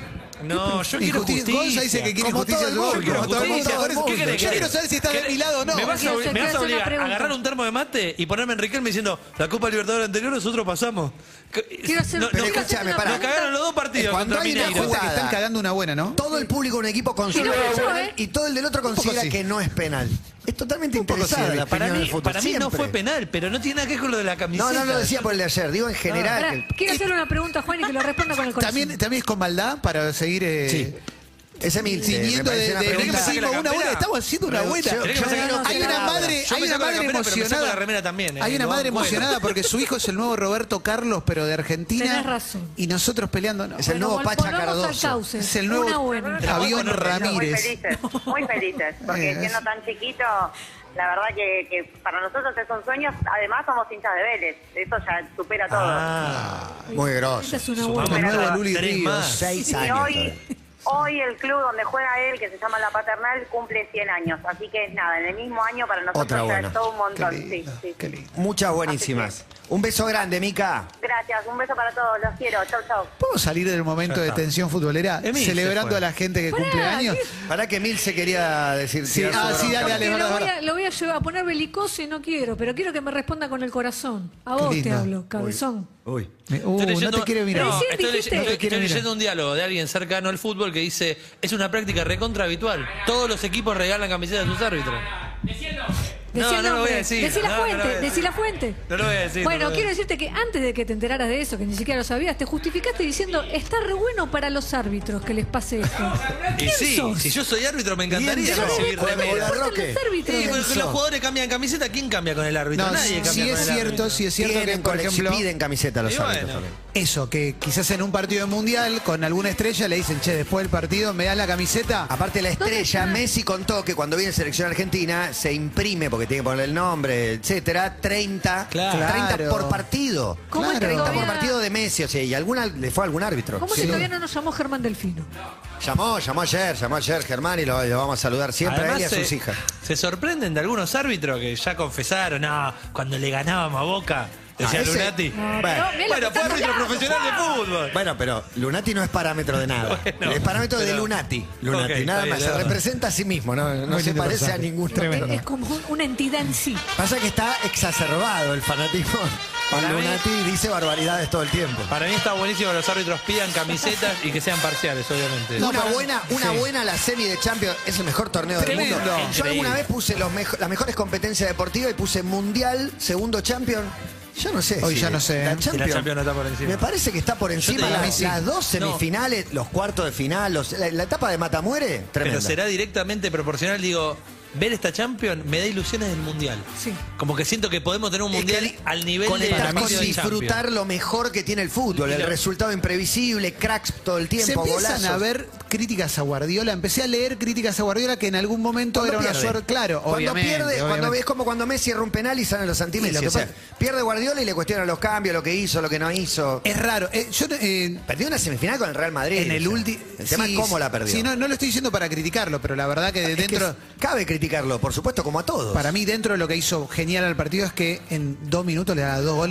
No, yo quiero Injusticia. justicia. Gonza dice que quiere Como justicia a todo su el favor. mundo, Como todo el mundo. todo el mundo. ¿Qué querés? Yo quiero saber si estás de mi lado o no. Me vas a, Quiero me vas a hacer una obligar a pregunta. agarrar un termo de mate y ponerme en Riquelme diciendo la Copa Libertadores anterior nosotros pasamos. Quiero hacer- Pero quiero escúchame, hacerte una pará. Nos cagaron los dos partidos Cuando contra hay una Mineiro. jugada- Que están cagando una buena, ¿no? Todo el público de un equipo considera Y no que es pasó, penal ¿eh? y todo el del otro considera sí. que no es penal. Es totalmente interesada sí. la Para opinión mí, del fútbol. para mí no siempre. fue penal, pero no tiene nada que ver con lo de la camiseta. No lo decía por el de ayer, digo en general. Pará, que quiero hacerle una pregunta a Juan y que lo responda con el corazón. También es con maldad para seguir Sí. Ese Milce, me ciñendo parece de una de pregunta- me saque la una campera? buena. Estamos haciendo una buena. Yo- ¿Querés que me saque la Hay una campera? madre, Yo hay me una saco la madre campera, pero me saco emocionada. la remera también, Hay una no, madre bueno. emocionada porque su hijo es el nuevo Roberto Carlos, pero de Argentina. Tenés razón. Y nosotros peleando. No. Es el nuevo Pacha volvamos al Cardoso. cauce. Es el nuevo Una buena. Avión Muy Ramírez. felices, porque siendo tan chiquito, la verdad que para nosotros es un sueño. Además somos hinchas de Vélez, eso ya supera todo. Muy Esa grosso. es una Sumamos buena. El nuevo Luli 3 Ríos. más. 6 Y años. hoy el club donde juega él, que se llama La Paternal, cumple 100 años. Así que nada, en el mismo año para nosotros Otra ya buena. es todo un montón. Qué lindo, Sí. qué lindo. Muchas buenísimas. Un beso grande, Mica. Gracias, un beso para todos, los quiero. Chau, chau. ¿Podemos salir del momento de tensión futbolera Emil se celebrando fue. a la gente que Pará, cumple años? Para que Milce quería decir. Sí, tirar su ah, sí, bronca. dale, Porque verdad, lo voy, verdad. a, lo voy a llevar a poner belicoso y no quiero, pero quiero que me responda con el corazón. A Qué vos te lindo. hablo, cabezón. Uy. No te quiere mirar. No, Recién estoy, dijiste- estoy- No te quiere estoy mirar. leyendo un diálogo de alguien cercano al fútbol que dice es una práctica recontra habitual. Todos los equipos regalan camisetas a sus árbitros. Decí el no lo voy nombre, a decir. decí la No, no lo fuente, voy a decí la fuente. No lo voy a decir. Bueno, no lo voy a quiero decir. decirte que antes de que te enteraras de eso, que ni siquiera lo sabías, te justificaste diciendo, está re bueno para los árbitros que les pase esto. Y ¿Quién sí, sos? si yo soy árbitro me encantaría Bien, recibir pero remera. hola, ¿Cuántos Roque. los árbitros? Sí, porque Eso. los jugadores cambian camiseta, ¿quién cambia con el árbitro? No, Nadie cambia sí con es el cierto, árbitro. sí es cierto que, Tienen por ejemplo, piden camiseta a los Y árbitros bueno. también. eso, que quizás en un partido de mundial con alguna estrella le dicen, che, después del partido me das la camiseta. Aparte la estrella, está? Messi contó que cuando viene selección argentina se imprime, porque tiene que poner el nombre, etcétera, 30, Claro. 30 por partido. ¿Cómo es que 30 por todavía- partido de Messi, o sea, y alguna le fue a algún árbitro. ¿Cómo es que todavía no nos llamó Germán Delfino? Llamó ayer Germán y lo vamos a saludar siempre a él y a sus hijas. se sorprenden de algunos árbitros que ya confesaron, no, cuando le ganábamos a Boca, decía ese- Lunati. No, Bueno, mirá lo Bueno, que fue está árbitro hablando, profesional de Juan. fútbol. Bueno, pero Lunati no es parámetro de nada. Bueno, es parámetro de pero- Lunati. Ok, Nada está más. bien, Se verdad. representa a sí mismo, no Muy se lindo parece a personaje. ningún Tremendo. otro. Es como una entidad en sí. Pasa que está exacerbado el fanatismo. Para mí- Lunati dice barbaridades todo el tiempo. Para mí está buenísimo que los árbitros pidan camisetas y que sean parciales, obviamente. Una buena la semi de Champions es el mejor torneo Tremendo. del mundo. Yo Increíble. alguna vez puse las mejores competencias deportivas y puse Mundial, segundo Champions. Yo no sé. Hoy ya no sé, ¿eh? La Y la Champions, Champions no está por encima. Me parece que está por encima. digo, Las, sí. las dos semifinales, los cuartos de final, la etapa de mata-muere, tremenda. Pero será directamente proporcional, digo, ver esta Champions me da ilusiones del Mundial. Sí. Como que siento que podemos tener un Es Mundial que al nivel de conectar la con Champions. disfrutar lo mejor que tiene el fútbol, el resultado imprevisible, cracks todo el Se tiempo, empiezan golazos. a ver críticas a Guardiola. Empecé a leer críticas a Guardiola que en algún momento Cuando era una pierde. suerte. Claro, cuando obviamente. pierde, cuando obviamente. es como cuando Messi erra un penal y salen los anti-Messi. Sí, lo que O sea, pasa- pierde Guardiola y le cuestionan los cambios, lo que hizo, lo que no hizo. Es raro. Perdió una semifinal con el Real Madrid. En el o sea, último. El tema es cómo la perdió. Sí, no lo estoy diciendo para criticarlo, pero la verdad que Es que dentro. cabe criticarlo, por supuesto, como a todos. Para mí, dentro de lo que hizo genial al partido es que en 2 minutos le da 2 goles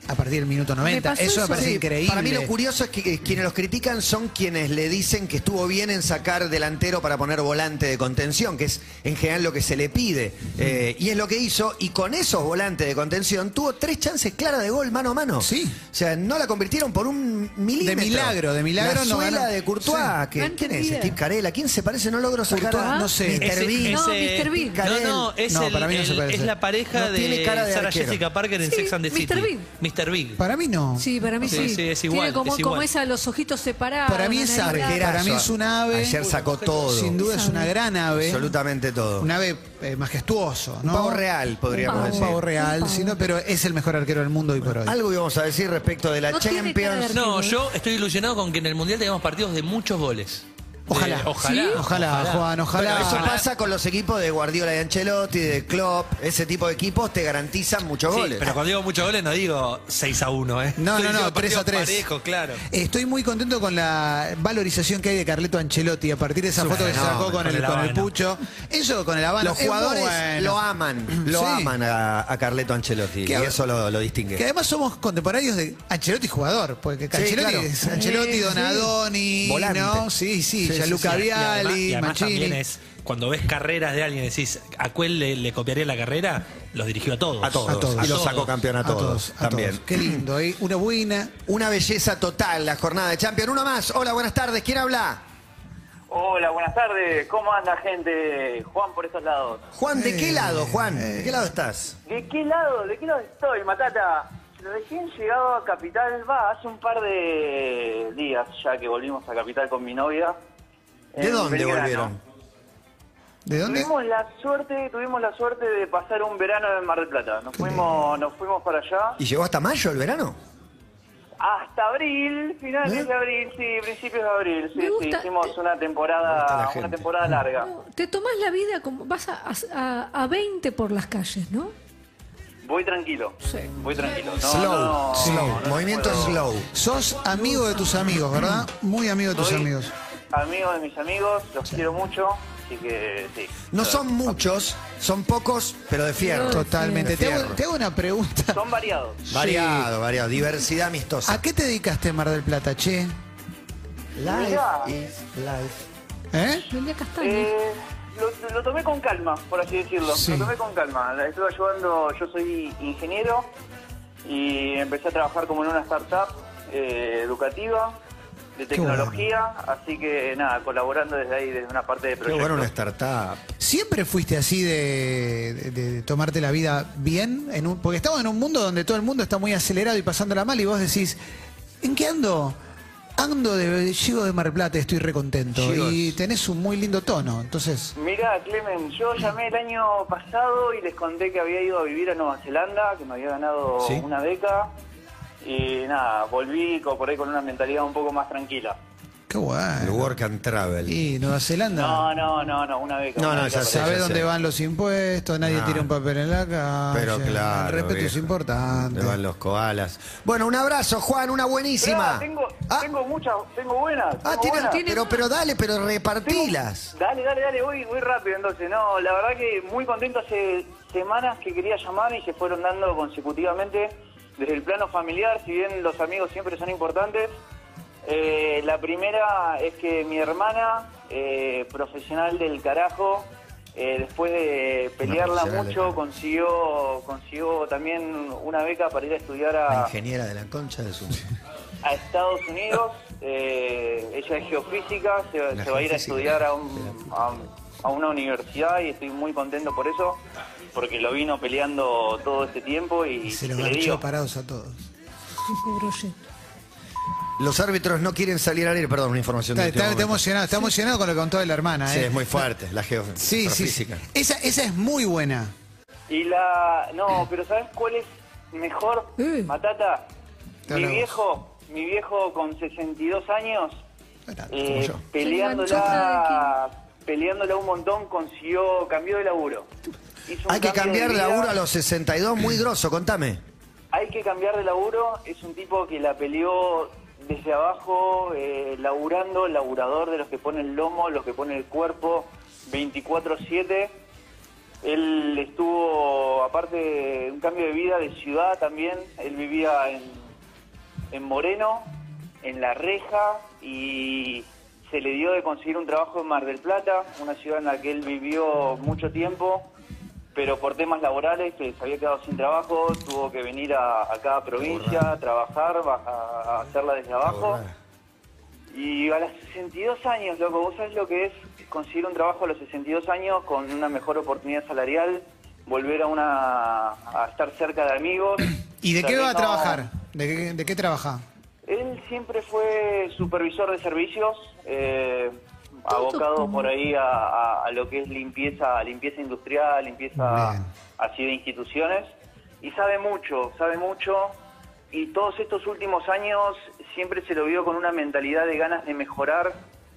a partir del minuto 90. pasó Eso me eso. parece Sí, increíble. Para mí lo curioso es que quienes los critican son quienes le dicen que estuvo bien en sacar delantero para poner volante de contención, que es en general lo que se le pide. Y es lo que hizo, y con esos volantes de contención tuvo 3 chances claras de gol mano a mano. Sí. O sea, no la convirtieron por un milímetro. De milagro La no suela ganó. de Courtois, No ¿quién es? entendía. Steve Carell. ¿A quién se parece? No logro sacar. Courtois, no sé. Mr. Bean. No, Mr. Bean. Carell. No, es, No, para mí no se parece. es la pareja No tiene de cara de Sarah arquero. Jessica Parker en Sí, Sex and the City. Mr. Big. Mr. Big. Para mí no. Sí, para mí Sí, sí. sí, es igual, Tiene como, es igual. como esa, los ojitos separados. Para mí la es nariz ave. larga. Para mí es un ave. Ayer sacó todo. Sin duda es una gran ave. Absolutamente todo. Un ave majestuoso, Un ¿no? pavo real, podríamos Un Un decir. pavo real, Un pavo. sí, no, pero es el mejor arquero del mundo hoy por hoy. Algo íbamos a decir respecto de la No tiene cara de Champions. arquero. No, yo estoy ilusionado con que en el Mundial tengamos partidos de muchos goles. Ojalá. Ojalá. ¿Sí? Ojalá, Juan, ojalá. Bueno, eso Ojalá. pasa con los equipos de Guardiola y Ancelotti, de Klopp. Ese tipo de equipos te garantizan muchos Sí, goles. pero cuando digo muchos goles no digo 6-1, ¿eh? No, Estoy diciendo 3-3. partidos parejos, claro. Estoy muy contento con la valorización que hay de Carleto Ancelotti a partir de esa Es un foto que se sacó fenómeno, con el Habano. Pucho. Eso con el Habano. Los es muy jugadores bueno. lo aman Sí. a Carleto Ancelotti. Que y a- eso lo distingue. Que además somos contemporáneos de Ancelotti jugador, porque Sí, Ancelotti claro. es Ancelotti, Sí, Donadoni, Volante. ¿no? Sí, Sí, Gianluca sí, sí. Vialli, y además Mancini. también es, cuando ves carreras de alguien y decís, ¿a cuál le copiaría la carrera? Los dirigió a todos. A todos. A todos. Y lo A sacó todos. campeón a todos. a también. todos. Qué lindo, ¿eh? Una buena. Una belleza total la jornada de Champions. Uno más. Hola, buenas tardes. ¿Quién habla? Hola, buenas tardes. ¿Cómo anda, gente? Juan, por estos lados. Juan, ¿de qué lado, Juan? ¿De qué lado estás? ¿De qué lado estoy, Matata? Recién llegado a Capital, hace un par de días ya que volvimos a Capital con mi novia. ¿De en dónde Belgrano. volvieron? ¿De dónde? Tuvimos la suerte de pasar un verano en Mar del Plata. Nos fuimos para allá ¿Y llegó hasta mayo el verano? hasta abril, finales de abril, sí, principios de abril. Me Sí, gusta- hicimos una Me gusta la temporada, gente. una temporada larga. No, te tomás la vida como vas a 20 por las calles, ¿no? Voy tranquilo. Sí. Voy tranquilo. No, Slow, no, slow. no Movimiento puedo. slow. Sos amigo de tus amigos, ¿verdad? Muy amigo de tus Soy amigos. Amigo de mis amigos, los quiero mucho, así que sí. No son muchos, son pocos, pero de fierro. Totalmente. De Te hago, fierro. te hago una pregunta. Son variados. Variado, variado. Diversidad amistosa. ¿A qué te dedicaste en Mar del Plata, che? Mirá. Life is life. ¿Eh? Vendía castaña. Lo tomé con calma, por así decirlo. Sí. Lo tomé con calma. La estuve ayudando, yo soy ingeniero y empecé a trabajar como en una startup educativa de tecnología, así que nada, colaborando desde ahí, desde una parte de Qué proyecto. bueno una startup. ¿Siempre fuiste así de tomarte la vida bien? Porque estamos en un mundo donde todo el mundo está muy acelerado y pasándola mal y vos decís, ¿en qué ando? Llego de Mar del Plata, estoy recontento. Llegos. Y tenés un muy lindo tono, entonces... Mira, Clemen, yo llamé el año pasado y les conté que había ido a vivir a Nueva Zelanda, que me había ganado Sí. una beca. Y nada, volví por ahí con una mentalidad un poco más tranquila. Qué El bueno. work and travel. Y Nueva Zelanda... No, una beca. No, una no, beca ya para- sé. Sabés dónde van los impuestos, nadie tira un papel en la calle. Pero claro. El respeto es viejo. importante. Le van los koalas. Bueno, un abrazo, Juan, una buenísima. Esperá, Ah. tengo muchas, tengo buenas. Ah, tengo buenas. pero dale, pero repartilas. Dale, voy rápido entonces. No, la verdad que muy contento, hace semanas que quería llamar y se fueron dando consecutivamente desde el plano familiar, si bien los amigos siempre son importantes. La primera es que mi hermana, profesional del carajo, después de pelearla profesional del mucho, consiguió también una beca para ir a estudiar La a ingeniera de la concha de su... Estados Unidos. Ella es geofísica, se va a ir a geofísica. estudiar a una universidad y estoy muy contento por eso, porque lo vino peleando todo este tiempo y Se los le garchó digo. parados a todos. Pobre oyente. Los árbitros no quieren salir al aire, perdón, una información de último momento. Está emocionado con lo que contó de la hermana. Sí, ¿eh? es muy fuerte, la Sí, sí, geofísica. sí. Esa es muy buena. Y no, pero ¿sabes cuál es mejor, Matata? Te habla Mi viejo con 62 años, como yo. peleándola un montón, cambió de laburo. Hizo un Hay que cambio cambiar de de vida. laburo a los 62, muy grosso, contame. Hay que cambiar de laburo, es un tipo que la peleó desde abajo, laburador de los que ponen el lomo, los que ponen el cuerpo, 24/7, Él estuvo, aparte de un cambio de vida, de ciudad también. Él vivía en Moreno, en La Reja, y se le dio de conseguir un trabajo en Mar del Plata, una ciudad en la que él vivió mucho tiempo, pero por temas laborales se había quedado sin trabajo, tuvo que venir a cada provincia a trabajar, a hacerla desde abajo. Y a los 62 años, loco, ¿vos sabés lo que es conseguir un trabajo a los 62 años con una mejor oportunidad salarial, volver a estar cerca de amigos? ¿Y de O sea, qué va a no- trabajar? ¿De qué trabaja? Él siempre fue supervisor de servicios, abocado por ahí a lo que es limpieza industrial, limpieza Bien. así de instituciones, y sabe mucho, y todos estos últimos años siempre se lo vio con una mentalidad de ganas de mejorar.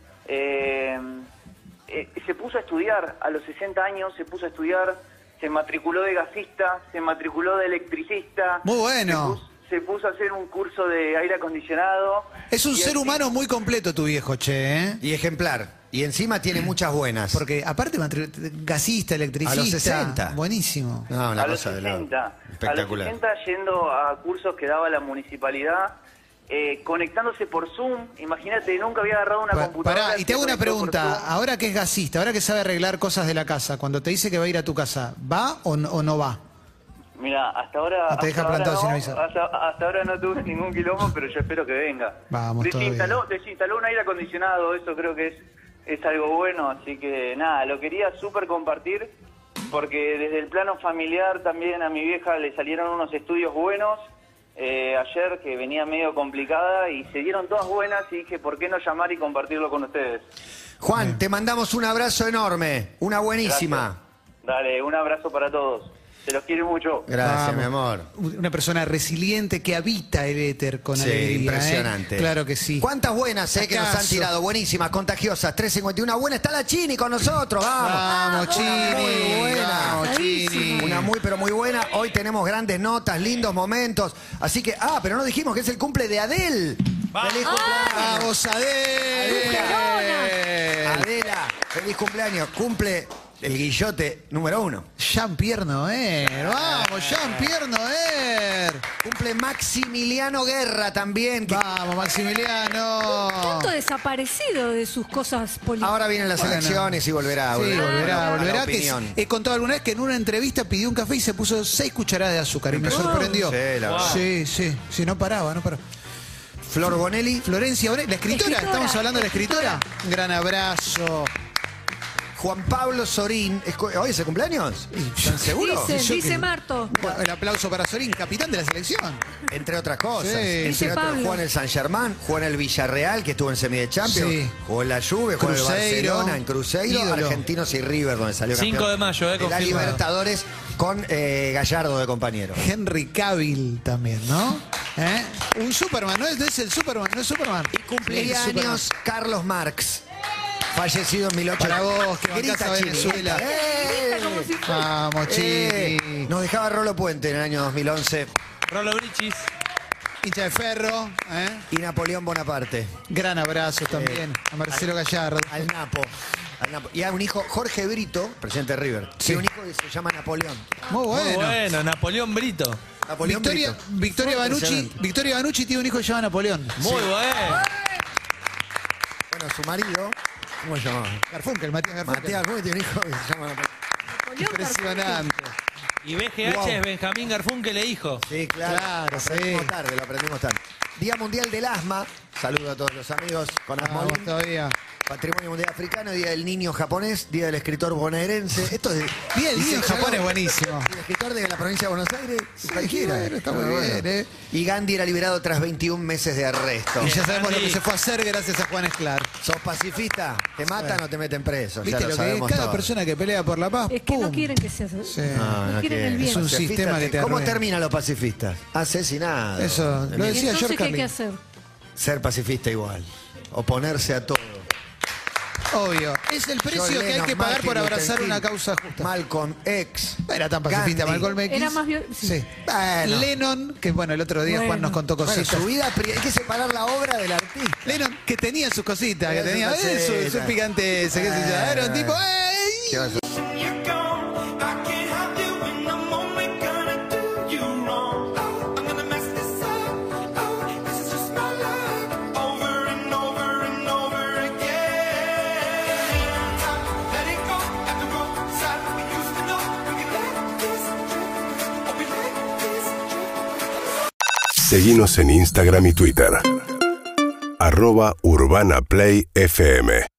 Se puso a estudiar, a los 60 años se puso a estudiar, se matriculó de gasista, se matriculó de electricista. Muy bueno. Se puso a hacer un curso de aire acondicionado. Es un Y ser así- humano muy completo tu viejo, che, ¿eh? Y ejemplar. Y encima tiene muchas buenas. Porque aparte gasista, electricista. A los 60. Buenísimo. No, una a los cosa de la- 60, espectacular. a los 60 yendo a cursos que daba la municipalidad, conectándose por Zoom. Imagínate, nunca había agarrado una computadora. Pará, y te se hago una conectó por pregunta. Zoom. Ahora que es gasista, ahora que sabe arreglar cosas de la casa, cuando te dice que va a ir a tu casa, ¿va o no va? Mira, hasta ahora, No te deja hasta ahora plantado sin no, avisar. hasta ahora no tuve ningún quilombo, pero yo espero que venga. Vamos desinstaló un aire acondicionado, eso creo que es algo bueno, así que nada, lo quería súper compartir, porque desde el plano familiar también a mi vieja le salieron unos estudios buenos, ayer que venía medio complicada, y se dieron todas buenas, y dije, ¿por qué no llamar y compartirlo con ustedes? Juan, te mandamos un abrazo enorme. Una buenísima. Dale, un abrazo para todos. Se los quiere mucho. Gracias, Vamos. mi amor. Una persona resiliente que habita el éter con Sí, alegría. impresionante. Claro que sí. ¿Cuántas buenas que nos han ¿Acaso? tirado? Buenísimas, contagiosas. 351. Buena está la Chini con nosotros. Vamos. Vamos, Chini. Muy buena. Vamos, Chini. Una muy, pero muy buena. Hoy tenemos grandes notas, lindos momentos. Así que, pero no dijimos que es el cumple de Adele. ¡Feliz cumpleaños! ¡Vamos, Adel! Adela, feliz cumpleaños. Cumple el guillote número 1. Jean-Pierre Noer. Vamos, Jean-Pierre Noer. Cumple Maximiliano Guerra también. que Vamos, Maximiliano. Tanto desaparecido de sus cosas políticas. ahora vienen las Bueno. elecciones y volverá. Sí, volverá. a la Que opinión. he contado alguna vez que en una entrevista pidió un café y se puso 6 cucharadas de azúcar y me sorprendió. Sí, la verdad. Sí, no paraba. Flor Bonelli. Florencia Bonelli, la escritora, Escritora. estamos hablando de la escritora. Un gran abrazo. Juan Pablo Sorín. ¿Hoy es el cumpleaños? ¿Están seguros? Dice Marto. Bueno, el aplauso para Sorín, capitán de la selección. Entre otras cosas. Sí. Entre Dice otros, Pablo. jugó en el San Germán, jugó en el Villarreal, que estuvo en semi de Champions, Sí. jugó en la Juve, jugó en el Cruzeiro, Barcelona, en Cruzeiro, ídolo. Argentinos y River, donde salió 5 campeón de mayo, de la confirmado. Libertadores con Gallardo de compañero. Henry Cavill también, ¿no? Un Superman, ¿no es el Superman? ¿No es Superman? Y cumplía años Carlos Marx, fallecido en 1800. Para vos, que bancás a Chini, Venezuela. grita. Como si fuera- Vamos, Chini. Nos dejaba Rolo Puente en el año 2011 Rolo Brichis. Hincha de ferro, y Napoleón Bonaparte. Gran abrazo también a Marcelo Gallardo. Al Napo. Y a un hijo, Jorge Brito, presidente de River. Sí. Tiene un hijo que se llama Napoleón. Muy Muy bueno. bueno, Napoleón Brito. Napoleón Victoria, Brito. Victoria Banucci tiene un hijo que se llama Napoleón. Muy bueno. Bueno, su marido, ¿cómo se llamaba? Garfunkel, Matías Garfunkel. Matías, ¿cómo tiene un hijo que se llama Napoleón? Impresionante. Y BGH Wow. es Benjamín Garfunkel e hijo. Sí, claro. Claro, lo aprendimos sí. tarde, lo aprendimos tarde. Día Mundial del Asma. Saludo a todos los amigos con Vamos Asmolín. todavía. Patrimonio Mundial Africano, Día del Niño Japonés, Día del Escritor Bonaerense. Esto es... Día del Niño en dice Japón algo- es buenísimo. El escritor de la provincia de Buenos Aires, cualquiera. bueno, está muy Pero bien, ¿eh? Y Gandhi era liberado tras 21 meses de arresto. Y ya sabemos lo que Gandhi. se fue a hacer gracias a Juan Esclar. ¿Sos pacifista? ¿Te matan o te meten preso? ¿Viste Ya lo lo que es? sabemos Cada todos. persona que pelea por la paz, Es que no ¡pum! quieren que se hace. Sí. No quieren el bien. Es un Pacifista, sistema que te ¿Cómo arruina. terminan los pacifistas? Asesinados. Eso, lo decía Entonces, George ¿qué hay que Carlin. hacer? Ser pacifista igual. Oponerse a todo. Obvio. Es el precio John que hay Lennon, que pagar Martin por Luther abrazar King, una causa justa. Malcolm X. No era tan pacifista, Gandhi. Malcolm X. Era más Sí. Bueno. Lennon, que bueno, el otro día Juan Bueno. nos contó Bueno, cositas. su vida, hay que separar la obra del artista. Lennon, que tenía sus cositas, que Tenía tenía sus su cositas. picanteza, qué sé yo. Era un tipo, ¡ey! ¿Qué vas a hacer? Seguinos en Instagram y Twitter. @UrbanaPlayFM